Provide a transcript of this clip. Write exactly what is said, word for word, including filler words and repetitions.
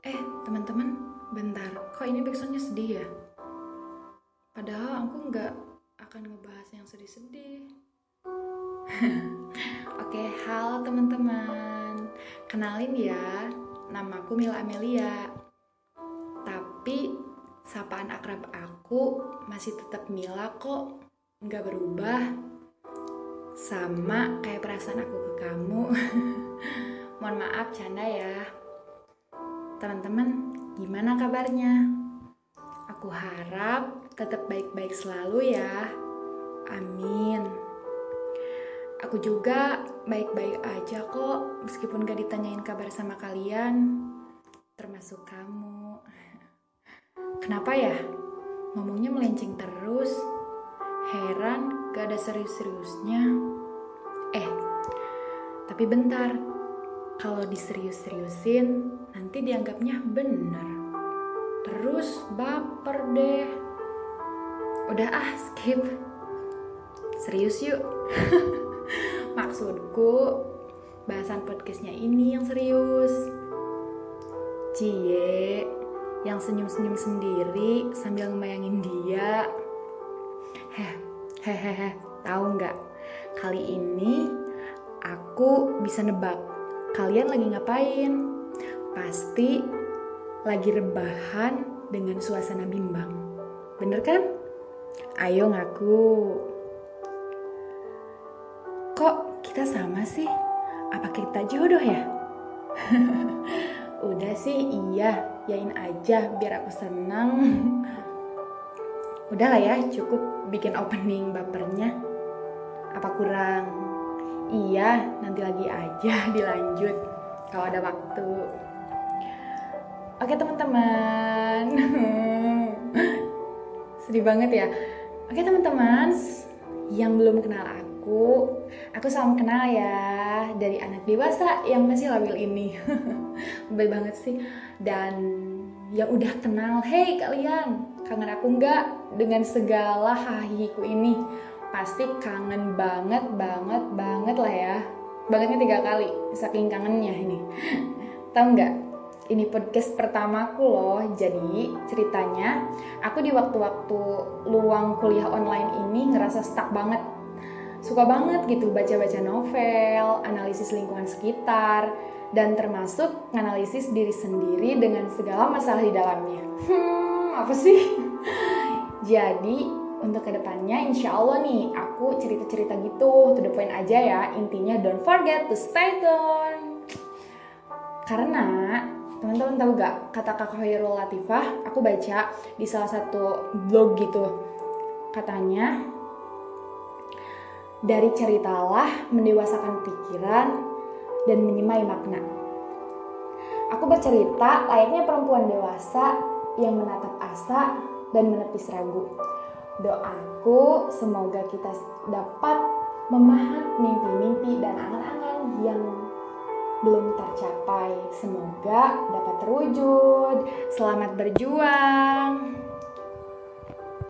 Eh, teman-teman, bentar. Kok ini backsoundnya sedih ya? Padahal aku nggak akan ngebahas yang sedih-sedih. Oke, halo teman-teman. Kenalin ya, namaku Mila Amelia. Tapi sapaan akrab aku masih tetap Mila kok, nggak berubah. Sama kayak perasaan aku ke kamu. Mohon maaf, canda ya. Teman-teman, gimana kabarnya? Aku harap tetap baik-baik selalu ya. Amin. Aku juga baik-baik aja kok, meskipun gak ditanyain kabar sama kalian, termasuk kamu. Kenapa ya? Ngomongnya melenceng terus. Heran gak ada serius-seriusnya. Eh, tapi bentar. Kalau diserius-seriusin, nanti dianggapnya bener. Terus baper deh. Udah ah, skip. Serius yuk. Maksudku, bahasan podcastnya ini yang serius. Cie, yang senyum-senyum sendiri sambil ngebayangin dia. Heh, hehehe, tahu nggak? Kali ini aku bisa nebak. Kalian lagi ngapain? Pasti lagi rebahan dengan suasana bimbang. Bener kan? Ayo ngaku. Kok kita sama sih? Apa kita jodoh ya? Udah sih iya, yain aja biar aku senang. Udah lah ya, cukup bikin opening bapernya. Apa kurang? Iya, nanti lagi aja dilanjut kalau ada waktu. Oke teman-teman. Sedih banget ya. Oke teman-teman, yang belum kenal aku, aku salam kenal ya dari anak dewasa yang masih labil ini. Baik banget sih. Dan yang udah kenal, hey kalian, kangen aku nggak dengan segala hahiku ini? Pasti kangen banget, banget, banget lah ya. Bangetnya tiga kali, saking kangennya ini. Tahu nggak? Ini podcast pertamaku loh. Jadi ceritanya, aku di waktu-waktu luang kuliah online ini ngerasa stuck banget. Suka banget gitu baca-baca novel, analisis lingkungan sekitar, dan termasuk nganalisis diri sendiri dengan segala masalah di dalamnya. Hmm, apa sih? Jadi untuk kedepannya insya Allah nih aku cerita-cerita gitu, to the point aja ya. Intinya don't forget to stay tune. Karena teman-teman tahu gak, kata Kak Khairul Latifah, aku baca di salah satu blog gitu. Katanya, dari ceritalah mendewasakan pikiran dan menyemai makna. Aku bercerita layaknya perempuan dewasa yang menatap asa dan menepis ragu. Doaku semoga kita dapat memahat mimpi-mimpi dan angan-angan yang belum tercapai. Semoga dapat terwujud. Selamat berjuang.